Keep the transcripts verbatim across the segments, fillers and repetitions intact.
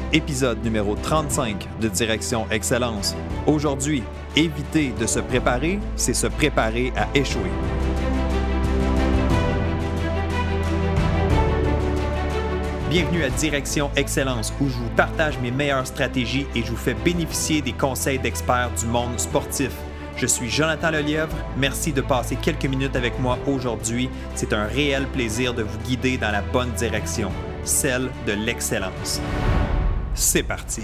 Épisode numéro trente-cinq de Direction Excellence. Aujourd'hui, éviter de se préparer, c'est se préparer à échouer. Bienvenue à Direction Excellence où je vous partage mes meilleures stratégies et je vous fais bénéficier des conseils d'experts du monde sportif. Je suis Jonathan Lelièvre, merci de passer quelques minutes avec moi aujourd'hui. C'est un réel plaisir de vous guider dans la bonne direction, celle de l'excellence. C'est parti!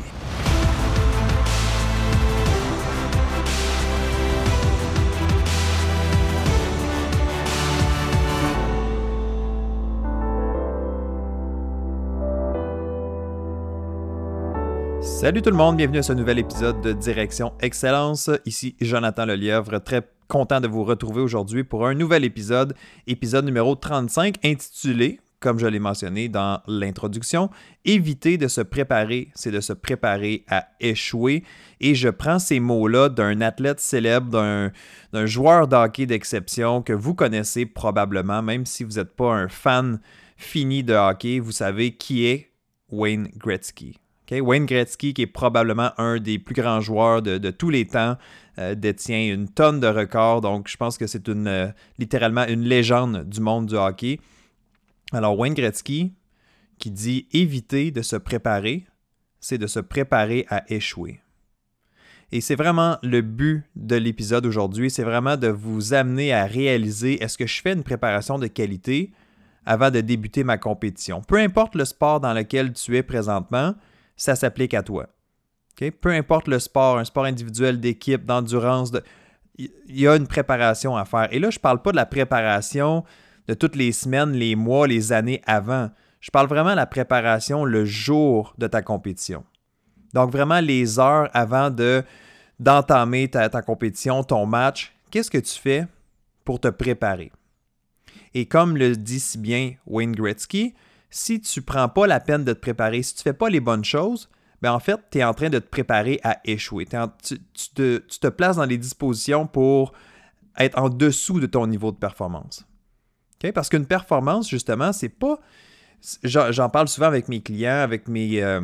Salut tout le monde, bienvenue à ce nouvel épisode de Direction Excellence. Ici Jonathan Lelièvre, très content de vous retrouver aujourd'hui pour un nouvel épisode, épisode numéro trente-cinq, intitulé, comme je l'ai mentionné dans l'introduction, « Éviter de se préparer, c'est de se préparer à échouer ». Et je prends ces mots-là d'un athlète célèbre, d'un, d'un joueur de hockey d'exception que vous connaissez probablement, même si vous n'êtes pas un fan fini de hockey, vous savez qui est Wayne Gretzky. Okay? Wayne Gretzky, qui est probablement un des plus grands joueurs de, de tous les temps, euh, détient une tonne de records. Donc, je pense que c'est une, euh, littéralement une légende du monde du hockey. Alors, Wayne Gretzky, qui dit « éviter de se préparer, c'est de se préparer à échouer ». Et c'est vraiment le but de l'épisode aujourd'hui, c'est vraiment de vous amener à réaliser est-ce que je fais une préparation de qualité avant de débuter ma compétition. Peu importe le sport dans lequel tu es présentement, ça s'applique à toi. Okay? Peu importe le sport, un sport individuel, d'équipe, d'endurance, de... il y a une préparation à faire. Et là, je ne parle pas de la préparation de toutes les semaines, les mois, les années avant. Je parle vraiment de la préparation le jour de ta compétition. Donc, vraiment les heures avant de, d'entamer ta, ta compétition, ton match, qu'est-ce que tu fais pour te préparer? Et comme le dit si bien Wayne Gretzky, si tu ne prends pas la peine de te préparer, si tu ne fais pas les bonnes choses, bien en fait, tu es en train de te préparer à échouer. En, tu, tu, te, tu te places dans les dispositions pour être en dessous de ton niveau de performance. Okay? Parce qu'une performance, justement, c'est pas... J'en, j'en parle souvent avec mes clients, avec mes, euh,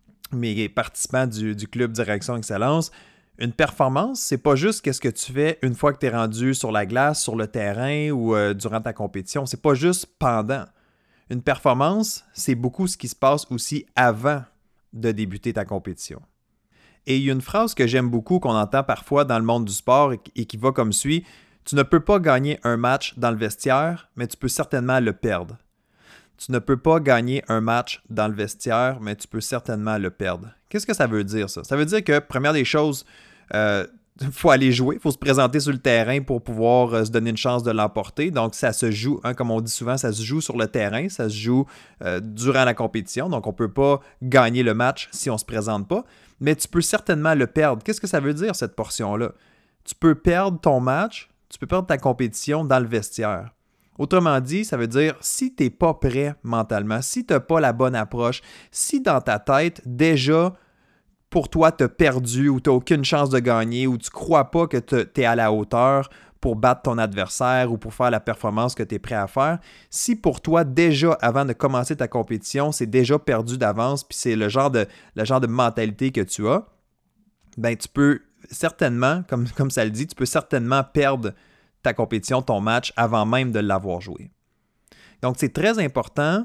mes participants du, du club Direction Excellence. Une performance, c'est pas juste qu'est-ce que tu fais une fois que tu es rendu sur la glace, sur le terrain ou euh, durant ta compétition. C'est pas juste pendant. Une performance, c'est beaucoup ce qui se passe aussi avant de débuter ta compétition. Et il y a une phrase que j'aime beaucoup, qu'on entend parfois dans le monde du sport et qui va comme suit. Tu ne peux pas gagner un match dans le vestiaire, mais tu peux certainement le perdre. Tu ne peux pas gagner un match dans le vestiaire, mais tu peux certainement le perdre. Qu'est-ce que ça veut dire, ça? Ça veut dire que, première des choses, euh, il faut aller jouer, il faut se présenter sur le terrain pour pouvoir euh, se donner une chance de l'emporter. Donc, ça se joue, hein, comme on dit souvent, ça se joue sur le terrain, ça se joue euh, durant la compétition. Donc, on ne peut pas gagner le match si on ne se présente pas, mais tu peux certainement le perdre. Qu'est-ce que ça veut dire, cette portion-là? Tu peux perdre ton match, tu peux perdre ta compétition dans le vestiaire. Autrement dit, ça veut dire si tu n'es pas prêt mentalement, si tu n'as pas la bonne approche, si dans ta tête, déjà, pour toi, tu as perdu ou tu n'as aucune chance de gagner ou tu ne crois pas que tu es à la hauteur pour battre ton adversaire ou pour faire la performance que tu es prêt à faire, si pour toi, déjà, avant de commencer ta compétition, c'est déjà perdu d'avance puis c'est le genre de, le genre de mentalité que tu as, ben tu peux certainement, comme, comme ça le dit, tu peux certainement perdre ta compétition, ton match, avant même de l'avoir joué. Donc, c'est très important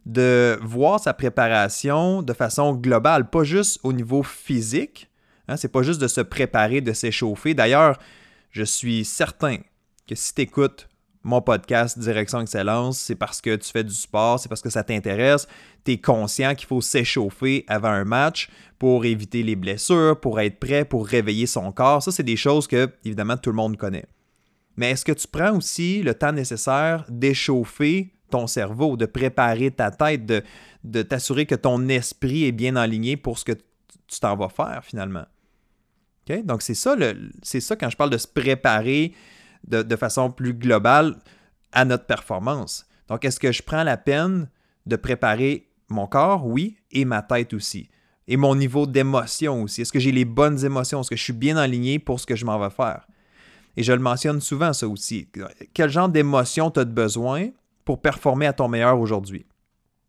de voir sa préparation de façon globale, pas juste au niveau physique. Hein, c'est pas juste de se préparer, de s'échauffer. D'ailleurs, je suis certain que si tu écoutes mon podcast Direction Excellence, c'est parce que tu fais du sport, c'est parce que ça t'intéresse. Tu es conscient qu'il faut s'échauffer avant un match pour éviter les blessures, pour être prêt, pour réveiller son corps. Ça, c'est des choses que, évidemment, tout le monde connaît. Mais est-ce que tu prends aussi le temps nécessaire d'échauffer ton cerveau, de préparer ta tête, de, de t'assurer que ton esprit est bien aligné pour ce que tu t'en vas faire finalement? Okay? Donc, c'est ça, le, c'est ça quand je parle de se préparer de, de façon plus globale à notre performance. Donc, est-ce que je prends la peine de préparer mon corps? Oui, et ma tête aussi. Et mon niveau d'émotion aussi. Est-ce que j'ai les bonnes émotions? Est-ce que je suis bien aligné pour ce que je m'en vais faire? Et je le mentionne souvent, ça aussi. Quel genre d'émotion tu as besoin pour performer à ton meilleur aujourd'hui?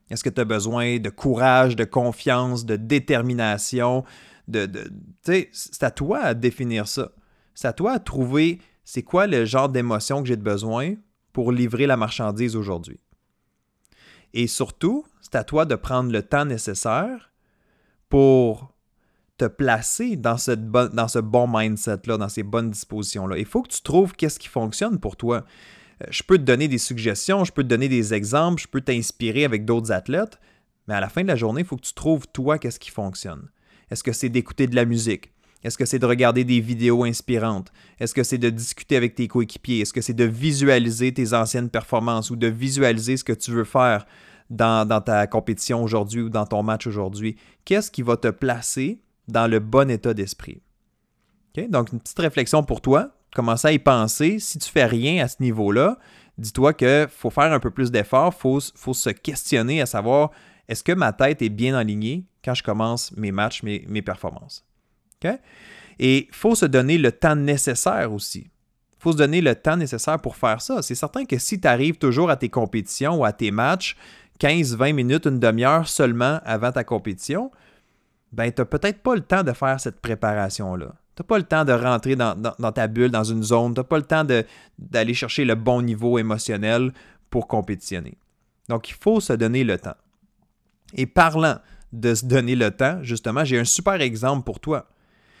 Est-ce que tu as besoin de courage, de confiance, de détermination? De, de, tu sais, c'est à toi de définir ça. C'est à toi de trouver c'est quoi le genre d'émotion que j'ai de besoin pour livrer la marchandise aujourd'hui. Et surtout, c'est à toi de prendre le temps nécessaire pour te placer dans ce, bon, dans ce bon mindset-là, dans ces bonnes dispositions-là. Il faut que tu trouves qu'est-ce qui fonctionne pour toi. Je peux te donner des suggestions, je peux te donner des exemples, je peux t'inspirer avec d'autres athlètes, mais à la fin de la journée, il faut que tu trouves toi qu'est-ce qui fonctionne. Est-ce que c'est d'écouter de la musique? Est-ce que c'est de regarder des vidéos inspirantes? Est-ce que c'est de discuter avec tes coéquipiers? Est-ce que c'est de visualiser tes anciennes performances ou de visualiser ce que tu veux faire dans, dans ta compétition aujourd'hui ou dans ton match aujourd'hui? Qu'est-ce qui va te placer dans le bon état d'esprit? Okay? Donc, une petite réflexion pour toi. Commence à y penser. Si tu ne fais rien à ce niveau-là, dis-toi qu'il faut faire un peu plus d'efforts. Il faut, faut se questionner à savoir est-ce que ma tête est bien alignée quand je commence mes matchs, mes, mes performances. Okay? Et il faut se donner le temps nécessaire aussi. Il faut se donner le temps nécessaire pour faire ça. C'est certain que si tu arrives toujours à tes compétitions ou à tes matchs quinze vingt minutes, une demi-heure seulement avant ta compétition, ben tu n'as peut-être pas le temps de faire cette préparation-là. Tu n'as pas le temps de rentrer dans, dans, dans ta bulle, dans une zone. Tu n'as pas le temps de, d'aller chercher le bon niveau émotionnel pour compétitionner. Donc, il faut se donner le temps. Et parlant de se donner le temps, justement, j'ai un super exemple pour toi.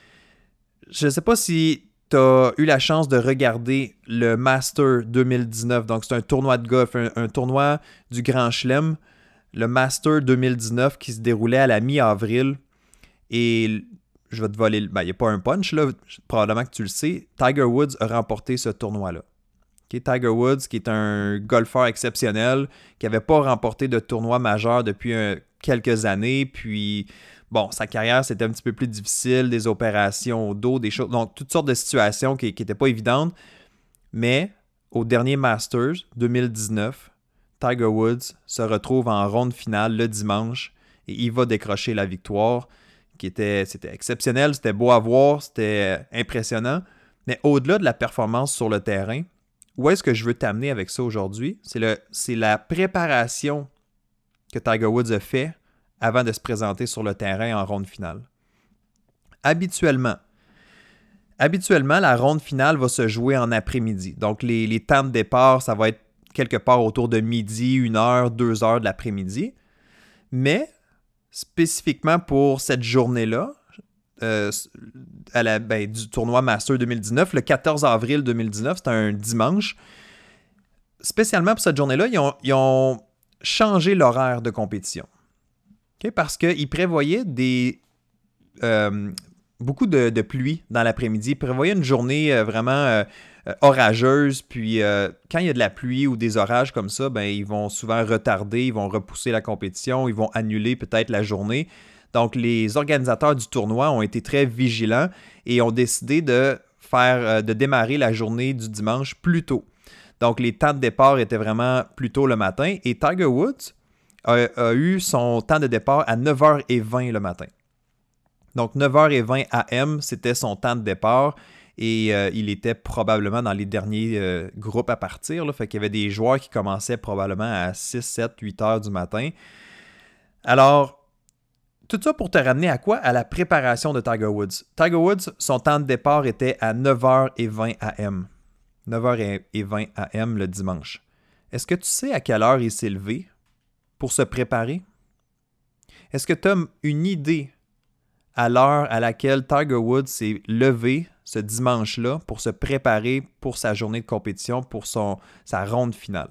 Je ne sais pas si tu as eu la chance de regarder le Master deux mille dix-neuf. Donc, c'est un tournoi de golf, un, un tournoi du Grand Chelem. Le Master deux mille dix-neuf qui se déroulait à la mi-avril. Et je vais te voler... Ben, il n'y a pas un punch, là. Probablement que tu le sais. Tiger Woods a remporté ce tournoi-là. Okay? Tiger Woods, qui est un golfeur exceptionnel, qui n'avait pas remporté de tournoi majeur depuis un, quelques années. Puis... Bon, sa carrière, c'était un petit peu plus difficile, des opérations au dos, des choses, donc toutes sortes de situations qui n'étaient pas évidentes. Mais au dernier Masters deux mille dix-neuf, Tiger Woods se retrouve en ronde finale le dimanche et il va décrocher la victoire, qui était, c'était exceptionnel, c'était beau à voir, c'était impressionnant. Mais au-delà de la performance sur le terrain, où est-ce que je veux t'amener avec ça aujourd'hui? C'est, le, c'est la préparation que Tiger Woods a fait avant de se présenter sur le terrain en ronde finale. Habituellement, habituellement, la ronde finale va se jouer en après-midi. Donc, les, les temps de départ, ça va être quelque part autour de midi, une heure, deux heures de l'après-midi. Mais, spécifiquement pour cette journée-là, euh, à la, ben, du tournoi Master deux mille dix-neuf, le quatorze avril deux mille dix-neuf, c'est un dimanche. Spécialement pour cette journée-là, ils ont, ils ont changé l'horaire de compétition. Okay, parce qu'ils prévoyaient des, euh, beaucoup de, de pluie dans l'après-midi. Ils prévoyaient une journée euh, vraiment euh, orageuse. Puis euh, quand il y a de la pluie ou des orages comme ça, ben, ils vont souvent retarder, ils vont repousser la compétition, ils vont annuler peut-être la journée. Donc les organisateurs du tournoi ont été très vigilants et ont décidé de, faire, euh, de démarrer la journée du dimanche plus tôt. Donc les temps de départ étaient vraiment plus tôt le matin. Et Tiger Woods A, a eu son temps de départ à neuf heures vingt le matin. Donc, neuf heures vingt A M, c'était son temps de départ et euh, il était probablement dans les derniers euh, groupes à partir. Là, fait qu'il y avait des joueurs qui commençaient probablement à six, sept, huit heures du matin. Alors, tout ça pour te ramener à quoi? À la préparation de Tiger Woods. Tiger Woods, son temps de départ était à neuf heures vingt A M. neuf heures vingt A M le dimanche. Est-ce que tu sais à quelle heure il s'est levé pour se préparer? Est-ce que tu as une idée à l'heure à laquelle Tiger Woods s'est levé ce dimanche-là pour se préparer pour sa journée de compétition, pour son, sa ronde finale?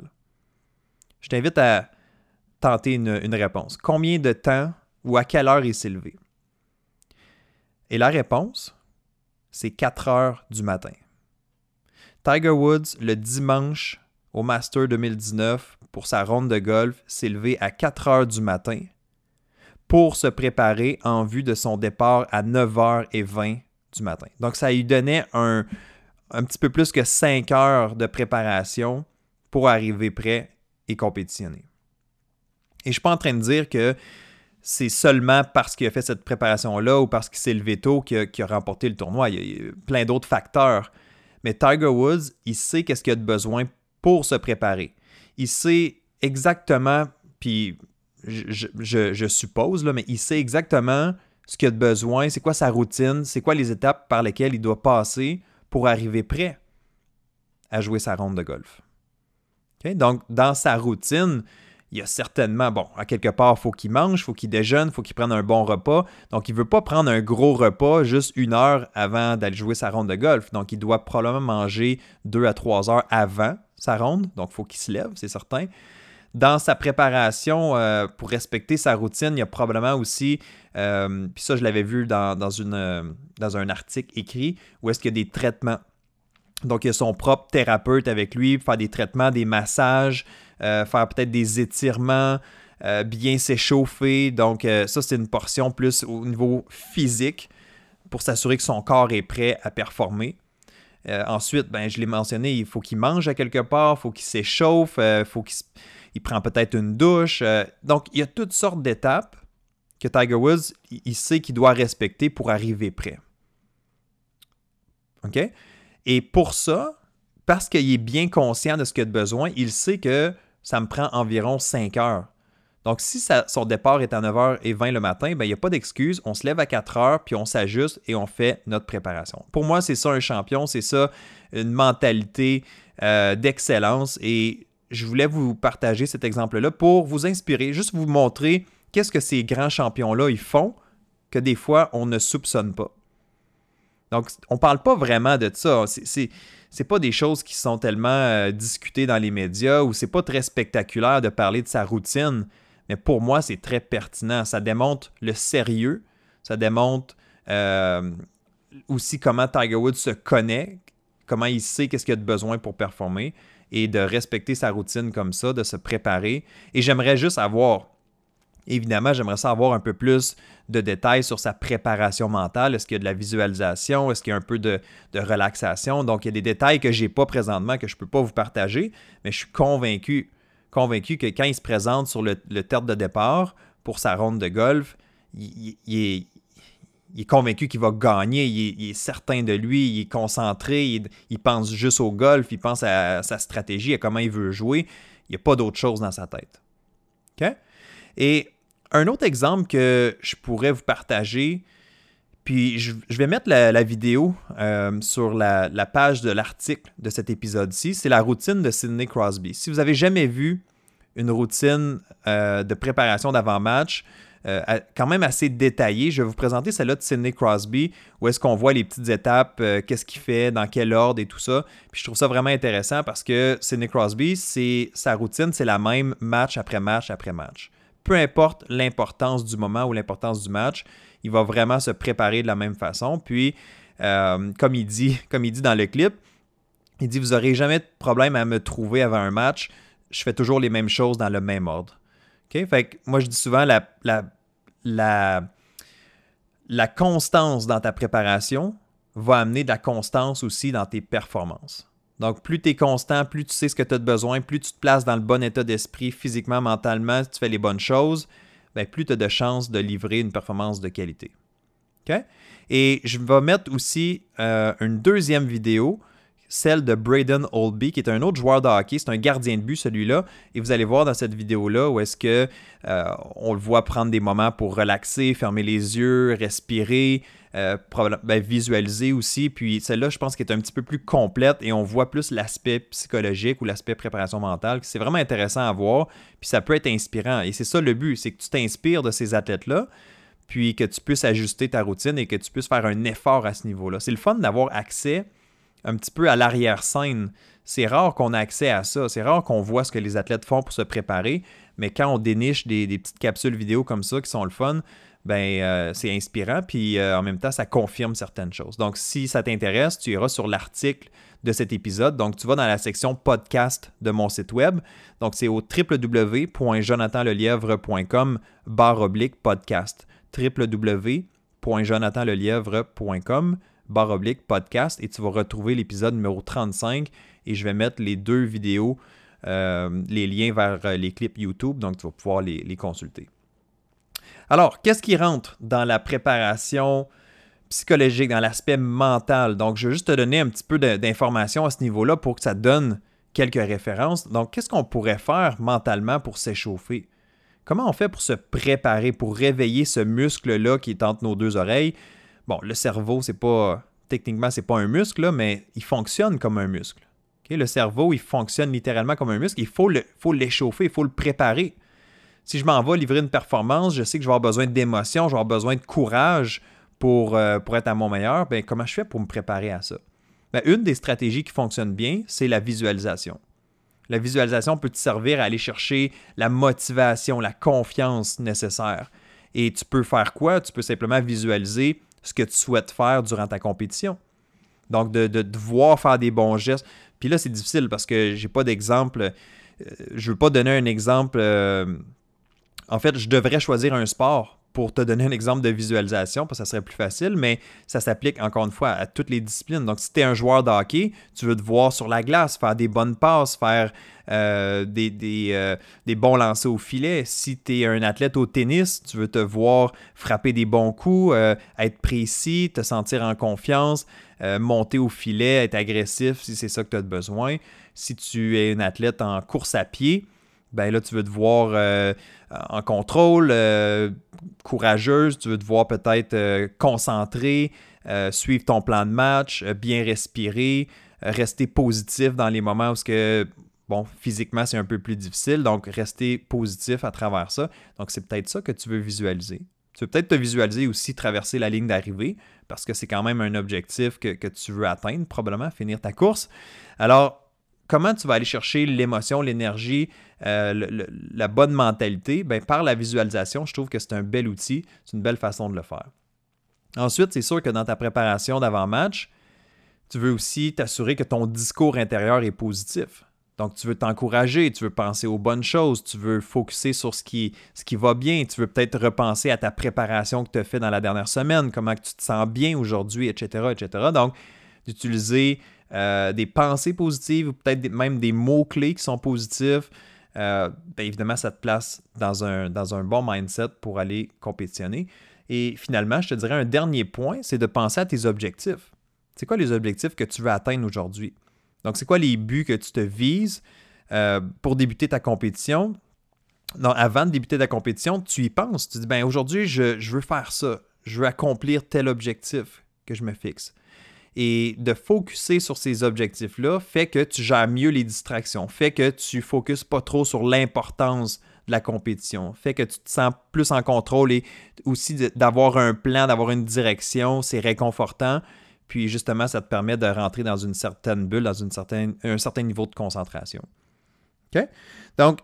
Je t'invite à tenter une, une réponse. Combien de temps ou à quelle heure il s'est levé? Et la réponse, c'est quatre heures du matin. Tiger Woods, le dimanche au Master deux mille dix-neuf, pour sa ronde de golf, s'est levé à quatre heures du matin pour se préparer en vue de son départ à neuf heures vingt du matin. Donc, ça lui donnait un, un petit peu plus que cinq heures de préparation pour arriver prêt et compétitionner. Et je ne suis pas en train de dire que c'est seulement parce qu'il a fait cette préparation-là ou parce qu'il s'est levé tôt qu'il a, qu'il a remporté le tournoi. Il y a plein d'autres facteurs. Mais Tiger Woods, il sait qu'est-ce qu'il a de besoin pour se préparer. Il sait exactement, puis je, je, je suppose, là, mais il sait exactement ce qu'il a de besoin, c'est quoi sa routine, c'est quoi les étapes par lesquelles il doit passer pour arriver prêt à jouer sa ronde de golf. Okay? Donc, dans sa routine, il y a certainement, bon, à quelque part, il faut qu'il mange, il faut qu'il déjeune, il faut qu'il prenne un bon repas. Donc, il ne veut pas prendre un gros repas juste une heure avant d'aller jouer sa ronde de golf. Donc, il doit probablement manger deux à trois heures avant sa ronde. Donc, il faut qu'il se lève, c'est certain. Dans sa préparation, euh, pour respecter sa routine, il y a probablement aussi, euh, puis ça, je l'avais vu dans, dans, une, euh, dans un article écrit, où est-ce qu'il y a des traitements. Donc, il y a son propre thérapeute avec lui, faire des traitements, des massages, euh, faire peut-être des étirements, euh, bien s'échauffer. Donc, euh, ça, c'est une portion plus au niveau physique pour s'assurer que son corps est prêt à performer. Euh, ensuite, ben, je l'ai mentionné, il faut qu'il mange à quelque part, il faut qu'il s'échauffe, il euh, faut qu'il il prend peut-être une douche. Euh, donc, il y a toutes sortes d'étapes que Tiger Woods, il sait qu'il doit respecter pour arriver prêt. OK? Et pour ça, parce qu'il est bien conscient de ce qu'il a de besoin, il sait que ça me prend environ cinq heures. Donc, si ça, son départ est à neuf heures vingt le matin, ben, il n'y a pas d'excuse. On se lève à quatre heures, puis on s'ajuste et on fait notre préparation. Pour moi, c'est ça un champion, c'est ça une mentalité euh, d'excellence. Et je voulais vous partager cet exemple-là pour vous inspirer, juste vous montrer qu'est-ce que ces grands champions-là ils font que des fois, on ne soupçonne pas. Donc, on ne parle pas vraiment de ça. C'est, c'est, c'est pas des choses qui sont tellement euh, discutées dans les médias ou c'est pas très spectaculaire de parler de sa routine. Mais pour moi, c'est très pertinent. Ça démontre le sérieux. Ça démontre euh, aussi comment Tiger Woods se connaît, comment il sait qu'est-ce qu'il a de besoin pour performer et de respecter sa routine comme ça, de se préparer. Et j'aimerais juste avoir... Évidemment, j'aimerais ça avoir un peu plus de détails sur sa préparation mentale. Est-ce qu'il y a de la visualisation? Est-ce qu'il y a un peu de, de relaxation? Donc, il y a des détails que je n'ai pas présentement, que je ne peux pas vous partager, mais je suis convaincu, convaincu que quand il se présente sur le, le terre de départ pour sa ronde de golf, il, il, est, il est convaincu qu'il va gagner. Il est, il est certain de lui, il est concentré, il, il pense juste au golf, il pense à, à sa stratégie, à comment il veut jouer. Il n'y a pas d'autre chose dans sa tête. OK? Et un autre exemple que je pourrais vous partager, puis je, je vais mettre la, la vidéo euh, sur la, la page de l'article de cet épisode-ci, c'est la routine de Sidney Crosby. Si vous n'avez jamais vu une routine euh, de préparation d'avant-match, euh, quand même assez détaillée, je vais vous présenter celle-là de Sidney Crosby, où est-ce qu'on voit les petites étapes, euh, qu'est-ce qu'il fait, dans quel ordre et tout ça. Puis je trouve ça vraiment intéressant parce que Sidney Crosby, c'est, sa routine, c'est la même match après match après match. Peu importe l'importance du moment ou l'importance du match, il va vraiment se préparer de la même façon. Puis, euh, comme il dit, comme il dit dans le clip, il dit « Vous n'aurez jamais de problème à me trouver avant un match. Je fais toujours les mêmes choses dans le même ordre. Okay? » Fait que moi, je dis souvent la, la, la, la constance dans ta préparation va amener de la constance aussi dans tes performances. Donc, plus tu es constant, plus tu sais ce que tu as de besoin, plus tu te places dans le bon état d'esprit, physiquement, mentalement, si tu fais les bonnes choses, bien, plus tu as de chances de livrer une performance de qualité. OK? Et je vais mettre aussi euh, une deuxième vidéo, celle de Braden Holtby, qui est un autre joueur de hockey. C'est un gardien de but, celui-là. Et vous allez voir dans cette vidéo-là où est-ce que euh, on le voit prendre des moments pour relaxer, fermer les yeux, respirer, euh, ben, visualiser aussi. Puis celle-là, je pense qu'elle est un petit peu plus complète et on voit plus l'aspect psychologique ou l'aspect préparation mentale. C'est vraiment intéressant à voir. Puis ça peut être inspirant. Et c'est ça le but, c'est que tu t'inspires de ces athlètes-là, puis que tu puisses ajuster ta routine et que tu puisses faire un effort à ce niveau-là. C'est le fun d'avoir accès un petit peu à l'arrière-scène. C'est rare qu'on ait accès à ça. C'est rare qu'on voit ce que les athlètes font pour se préparer. Mais quand on déniche des, des petites capsules vidéo comme ça qui sont le fun, ben euh, c'est inspirant. Puis euh, en même temps, ça confirme certaines choses. Donc, si ça t'intéresse, tu iras sur l'article de cet épisode. Donc, tu vas dans la section podcast de mon site web. Donc, c'est au w w w point jonathan lelièvre point com barre oblique podcast. w w w point jonathan lelièvre point com barre oblique podcast et tu vas retrouver l'épisode numéro trente-cinq et je vais mettre les deux vidéos, euh, les liens vers euh, les clips YouTube, donc tu vas pouvoir les, les consulter. Alors, qu'est-ce qui rentre dans la préparation psychologique, dans l'aspect mental? Donc, je vais juste te donner un petit peu de, d'informations à ce niveau-là pour que ça te donne quelques références. Donc, qu'est-ce qu'on pourrait faire mentalement pour s'échauffer? comment on fait pour se préparer, pour réveiller ce muscle-là qui est entre nos deux oreilles? Bon, le cerveau, c'est pas, techniquement, c'est pas un muscle, là, mais il fonctionne comme un muscle. Okay? Le cerveau, il fonctionne littéralement comme un muscle. Il faut, le, faut l'échauffer, il faut le préparer. Si je m'en vais livrer une performance, je sais que je vais avoir besoin d'émotion, je vais avoir besoin de courage pour, euh, pour être à mon meilleur. Bien, comment je fais pour me préparer à ça? Bien, une des stratégies qui fonctionne bien, c'est la visualisation. La visualisation peut te servir à aller chercher la motivation, la confiance nécessaire. Et tu peux faire quoi? Tu peux simplement visualiser ce que tu souhaites faire durant ta compétition. Donc, de, de devoir faire des bons gestes. Puis là, c'est difficile parce que j'ai pas d'exemple. Euh, je veux pas donner un exemple. Euh, en fait, je devrais choisir un sport pour te donner un exemple de visualisation, parce que ça serait plus facile, mais ça s'applique encore une fois à toutes les disciplines. Donc, si tu es un joueur de hockey, tu veux te voir sur la glace, faire des bonnes passes, faire euh, des, des, euh, des bons lancers au filet. Si tu es un athlète au tennis, tu veux te voir frapper des bons coups, euh, être précis, te sentir en confiance, euh, monter au filet, être agressif si c'est ça que tu as besoin. Si tu es un athlète en course à pied, ben là, tu veux te voir euh, en contrôle, euh, courageuse, tu veux te voir peut-être euh, concentré, euh, suivre ton plan de match, euh, bien respirer, euh, rester positif dans les moments où, que, bon, physiquement, c'est un peu plus difficile, donc rester positif à travers ça. Donc, c'est peut-être ça que tu veux visualiser. Tu veux peut-être te visualiser aussi traverser la ligne d'arrivée, parce que c'est quand même un objectif que, que tu veux atteindre, probablement, finir ta course. Alors, comment tu vas aller chercher l'émotion, l'énergie, euh, le, le, la bonne mentalité? Bien, par la visualisation, je trouve que c'est un bel outil, c'est une belle façon de le faire. Ensuite, c'est sûr que dans ta préparation d'avant-match, tu veux aussi t'assurer que ton discours intérieur est positif. Donc, tu veux t'encourager, tu veux penser aux bonnes choses, tu veux focusser sur ce qui, ce qui va bien, tu veux peut-être repenser à ta préparation que tu as fait dans la dernière semaine, comment tu te sens bien aujourd'hui, et cetera, et cetera. Donc, d'utiliser Euh, des pensées positives ou peut-être des, même des mots-clés qui sont positifs, euh, bien évidemment, ça te place dans un, dans un bon mindset pour aller compétitionner. Et finalement, je te dirais un dernier point, c'est de penser à tes objectifs. C'est quoi les objectifs que tu veux atteindre aujourd'hui? Donc, c'est quoi les buts que tu te vises euh, pour débuter ta compétition? Non, avant de débuter ta compétition, tu y penses. Tu dis, bien aujourd'hui, je, je veux faire ça. Je veux accomplir tel objectif que je me fixe. Et de focusser sur ces objectifs-là fait que tu gères mieux les distractions, fait que tu ne focuses pas trop sur l'importance de la compétition, fait que tu te sens plus en contrôle et aussi d'avoir un plan, d'avoir une direction, c'est réconfortant. Puis justement, ça te permet de rentrer dans une certaine bulle, dans une certaine, un certain niveau de concentration. OK? Donc,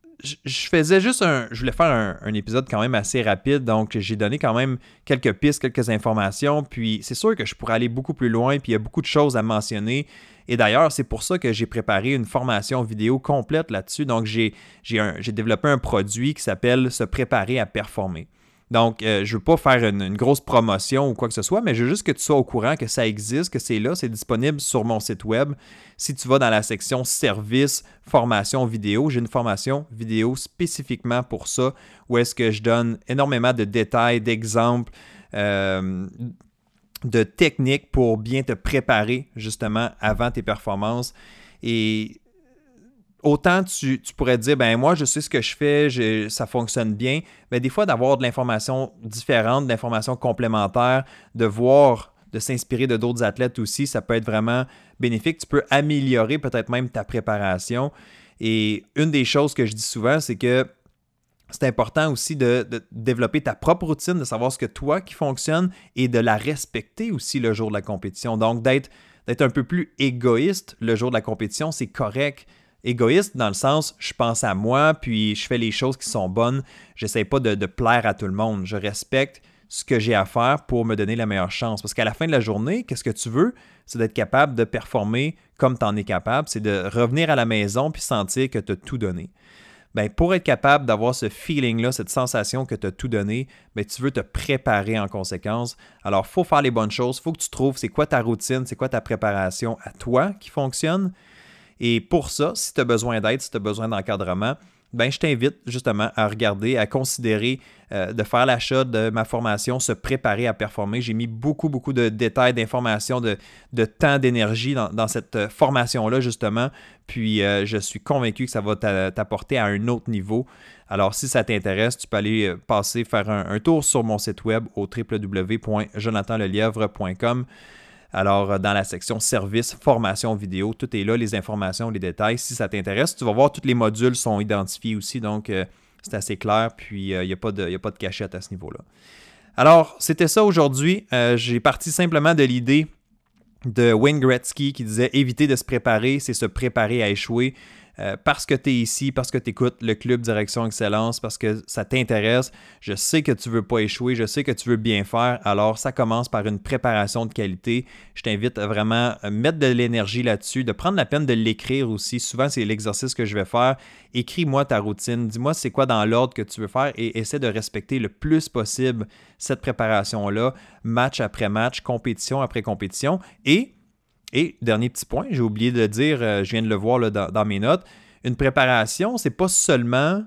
je faisais juste un... Je voulais faire un, un épisode quand même assez rapide, donc j'ai donné quand même quelques pistes, quelques informations, puis c'est sûr que je pourrais aller beaucoup plus loin, puis il y a beaucoup de choses à mentionner. Et d'ailleurs, c'est pour ça que j'ai préparé une formation vidéo complète là-dessus. Donc, j'ai, j'ai, un, j'ai développé un produit qui s'appelle « Se préparer à performer ». Donc, euh, je ne veux pas faire une, une grosse promotion ou quoi que ce soit, mais je veux juste que tu sois au courant que ça existe, que c'est là, c'est disponible sur mon site web. Si tu vas dans la section services, formation vidéo, j'ai une formation vidéo spécifiquement pour ça, où est-ce que je donne énormément de détails, d'exemples, euh, de techniques pour bien te préparer justement avant tes performances. Et autant tu, tu pourrais te dire, ben moi, je sais ce que je fais, je, ça fonctionne bien. Mais des fois, d'avoir de l'information différente, de l'information complémentaire, de voir, de s'inspirer de d'autres athlètes aussi, ça peut être vraiment bénéfique. Tu peux améliorer peut-être même ta préparation. Et une des choses que je dis souvent, c'est que c'est important aussi de, de développer ta propre routine, de savoir ce que toi qui fonctionne et de la respecter aussi le jour de la compétition. Donc, d'être, d'être un peu plus égoïste le jour de la compétition, c'est correct. Égoïste dans le sens, je pense à moi, puis je fais les choses qui sont bonnes. J'essaie pas de, de plaire à tout le monde. Je respecte ce que j'ai à faire pour me donner la meilleure chance. Parce qu'à la fin de la journée, qu'est-ce que tu veux? C'est d'être capable de performer comme tu en es capable. C'est de revenir à la maison puis sentir que tu as tout donné. Bien, pour être capable d'avoir ce feeling-là, cette sensation que tu as tout donné, bien, tu veux te préparer en conséquence. Alors, il faut faire les bonnes choses. Il faut que tu trouves c'est quoi ta routine, c'est quoi ta préparation à toi qui fonctionne. Et pour ça, si tu as besoin d'aide, si tu as besoin d'encadrement, ben, je t'invite justement à regarder, à considérer euh, de faire l'achat de ma formation, se préparer à performer. J'ai mis beaucoup, beaucoup de détails, d'informations, de, de temps, d'énergie dans, dans cette formation-là, justement. Puis, euh, je suis convaincu que ça va t'apporter à un autre niveau. Alors, si ça t'intéresse, tu peux aller passer, faire un, un tour sur mon site web au w w w point jonathan lelièvre point com. Alors, dans la section services, formation vidéo, tout est là, les informations, les détails. Si ça t'intéresse, tu vas voir, tous les modules sont identifiés aussi, donc euh, c'est assez clair, puis il euh, n'y a, a pas de cachette à ce niveau-là. Alors, c'était ça aujourd'hui. Euh, j'ai parti simplement de l'idée de Wayne Gretzky qui disait « Éviter de se préparer, c'est se préparer à échouer ». Euh, parce que tu es ici, parce que tu écoutes le Club Direction Excellence, parce que ça t'intéresse, je sais que tu ne veux pas échouer, je sais que tu veux bien faire, alors ça commence par une préparation de qualité. Je t'invite à vraiment mettre de l'énergie là-dessus, de prendre la peine de l'écrire aussi. Souvent, c'est l'exercice que je vais faire. Écris-moi ta routine, dis-moi c'est quoi dans l'ordre que tu veux faire et essaie de respecter le plus possible cette préparation-là, match après match, compétition après compétition. Et Et, dernier petit point, j'ai oublié de le dire, euh, je viens de le voir là, dans, dans mes notes, une préparation, c'est pas seulement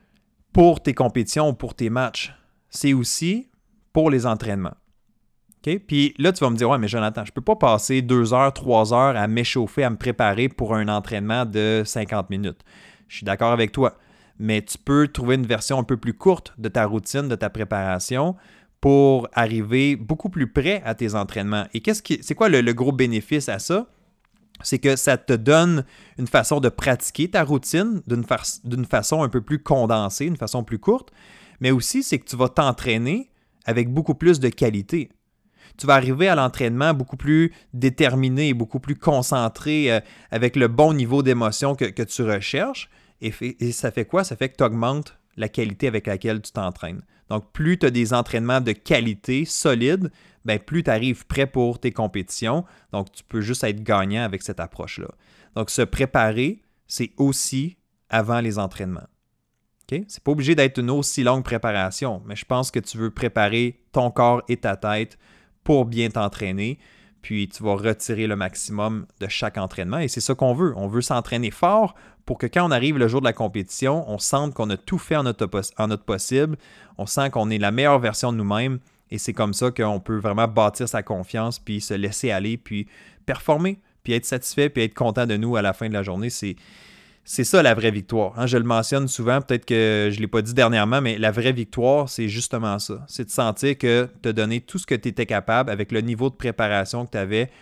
pour tes compétitions ou pour tes matchs, c'est aussi pour les entraînements. Okay? Puis là, tu vas me dire, ouais, mais Jonathan, je peux pas passer deux heures, trois heures à m'échauffer, à me préparer pour un entraînement de cinquante minutes. Je suis d'accord avec toi, mais tu peux trouver une version un peu plus courte de ta routine, de ta préparation, pour arriver beaucoup plus près à tes entraînements. Et qu'est-ce qui, c'est quoi le, le gros bénéfice à ça? C'est que ça te donne une façon de pratiquer ta routine d'une, fa- d'une façon un peu plus condensée, une façon plus courte, mais aussi c'est que tu vas t'entraîner avec beaucoup plus de qualité. Tu vas arriver à l'entraînement beaucoup plus déterminé, beaucoup plus concentré, euh, avec le bon niveau d'émotion que, que tu recherches. Et, fait, et ça fait quoi? Ça fait que tu augmentes la qualité avec laquelle tu t'entraînes. Donc, plus tu as des entraînements de qualité solides, ben, plus tu arrives prêt pour tes compétitions. Donc, tu peux juste être gagnant avec cette approche-là. Donc, se préparer, c'est aussi avant les entraînements. Okay? Ce n'est pas obligé d'être une aussi longue préparation, mais je pense que tu veux préparer ton corps et ta tête pour bien t'entraîner. Puis, tu vas retirer le maximum de chaque entraînement. Et c'est ça qu'on veut. On veut s'entraîner fort pour que quand on arrive le jour de la compétition, on sente qu'on a tout fait en notre, en notre possible. On sent qu'on est la meilleure version de nous-mêmes. Et c'est comme ça qu'on peut vraiment bâtir sa confiance, puis se laisser aller, puis performer, puis être satisfait, puis être content de nous à la fin de la journée. C'est, c'est ça la vraie victoire. Hein? Je le mentionne souvent, peut-être que je ne l'ai pas dit dernièrement, mais la vraie victoire, c'est justement ça. C'est de sentir que tu as donné tout ce que tu étais capable avec le niveau de préparation que tu avais.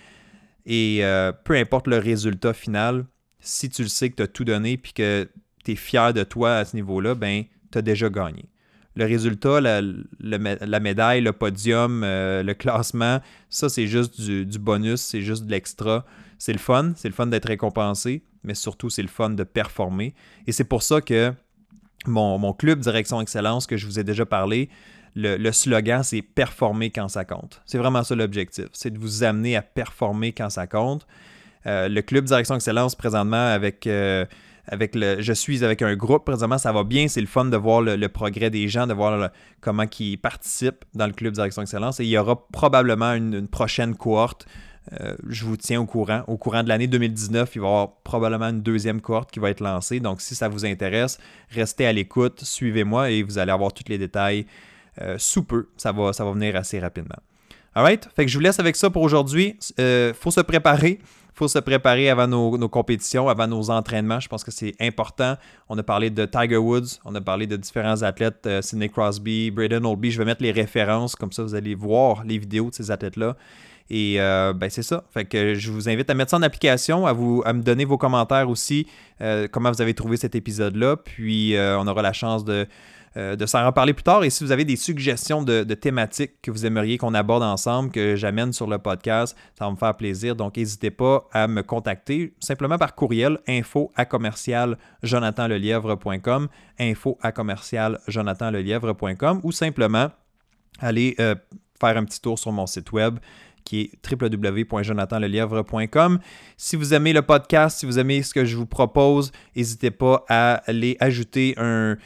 Et euh, peu importe le résultat final, si tu le sais que tu as tout donné puis que tu es fier de toi à ce niveau-là, ben tu as déjà gagné. Le résultat, la, la, la médaille, le podium, euh, le classement, ça, c'est juste du, du bonus, c'est juste de l'extra. C'est le fun, c'est le fun d'être récompensé, mais surtout, c'est le fun de performer. Et c'est pour ça que mon, mon club Direction Excellence, que je vous ai déjà parlé, le, le slogan, c'est « Performer quand ça compte ». C'est vraiment ça l'objectif, c'est de vous amener à performer quand ça compte. Euh, le club Direction Excellence, présentement, avec... Euh, Avec le, je suis avec un groupe, présentement, ça va bien. C'est le fun de voir le, le progrès des gens, de voir le, comment ils participent dans le Club Direction Excellence. Et il y aura probablement une, une prochaine cohorte. Euh, je vous tiens au courant. Au courant de l'année deux mille dix-neuf, il va y avoir probablement une deuxième cohorte qui va être lancée. Donc, si ça vous intéresse, restez à l'écoute, suivez-moi et vous allez avoir tous les détails euh, sous peu. Ça va, ça va venir assez rapidement. All right? Fait que je vous laisse avec ça pour aujourd'hui. Il euh, faut se préparer. Il faut se préparer avant nos, nos compétitions, avant nos entraînements. Je pense que c'est important. On a parlé de Tiger Woods, on a parlé de différents athlètes, euh, Sidney Crosby, Braden Holtby. Je vais mettre les références, comme ça vous allez voir les vidéos de ces athlètes-là. Et euh, ben c'est ça. Fait que je vous invite à mettre ça en application, à, vous, à me donner vos commentaires aussi, euh, comment vous avez trouvé cet épisode-là. Puis euh, on aura la chance de... de s'en reparler plus tard. Et si vous avez des suggestions de, de thématiques que vous aimeriez qu'on aborde ensemble, que j'amène sur le podcast, ça va me faire plaisir. Donc, n'hésitez pas à me contacter simplement par courriel info à commercial jonathan lelièvre point com info à commercial jonathan lelièvre point com ou simplement aller euh, faire un petit tour sur mon site web qui est w w w point jonathan lelièvre point com. Si vous aimez le podcast, si vous aimez ce que je vous propose, n'hésitez pas à aller ajouter un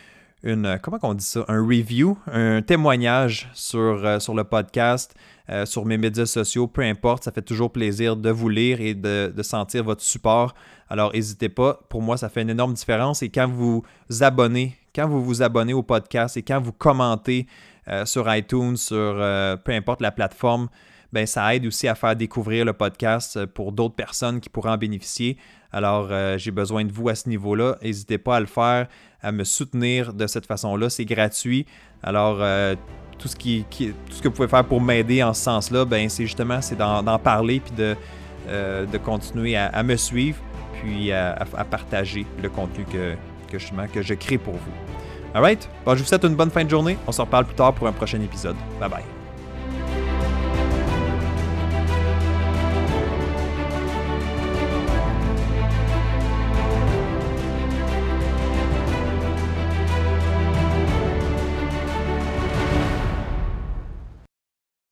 une, comment on dit ça, un review, un témoignage sur, euh, sur le podcast, euh, sur mes médias sociaux, peu importe, ça fait toujours plaisir de vous lire et de, de sentir votre support. Alors, n'hésitez pas, pour moi, ça fait une énorme différence et quand vous vous abonnez, quand vous vous abonnez au podcast et quand vous commentez euh, sur iTunes, sur euh, peu importe la plateforme, ben ça aide aussi à faire découvrir le podcast pour d'autres personnes qui pourraient en bénéficier. Alors, euh, j'ai besoin de vous à ce niveau-là. N'hésitez pas à le faire, à me soutenir de cette façon-là. C'est gratuit. Alors, euh, tout, ce qui, qui, tout ce que vous pouvez faire pour m'aider en ce sens-là, ben, c'est justement c'est d'en, d'en parler puis de, euh, de continuer à, à me suivre puis à, à, à partager le contenu que, que, justement, que je crée pour vous. Alright? Bon, je vous souhaite une bonne fin de journée. On se reparle plus tard pour un prochain épisode. Bye bye.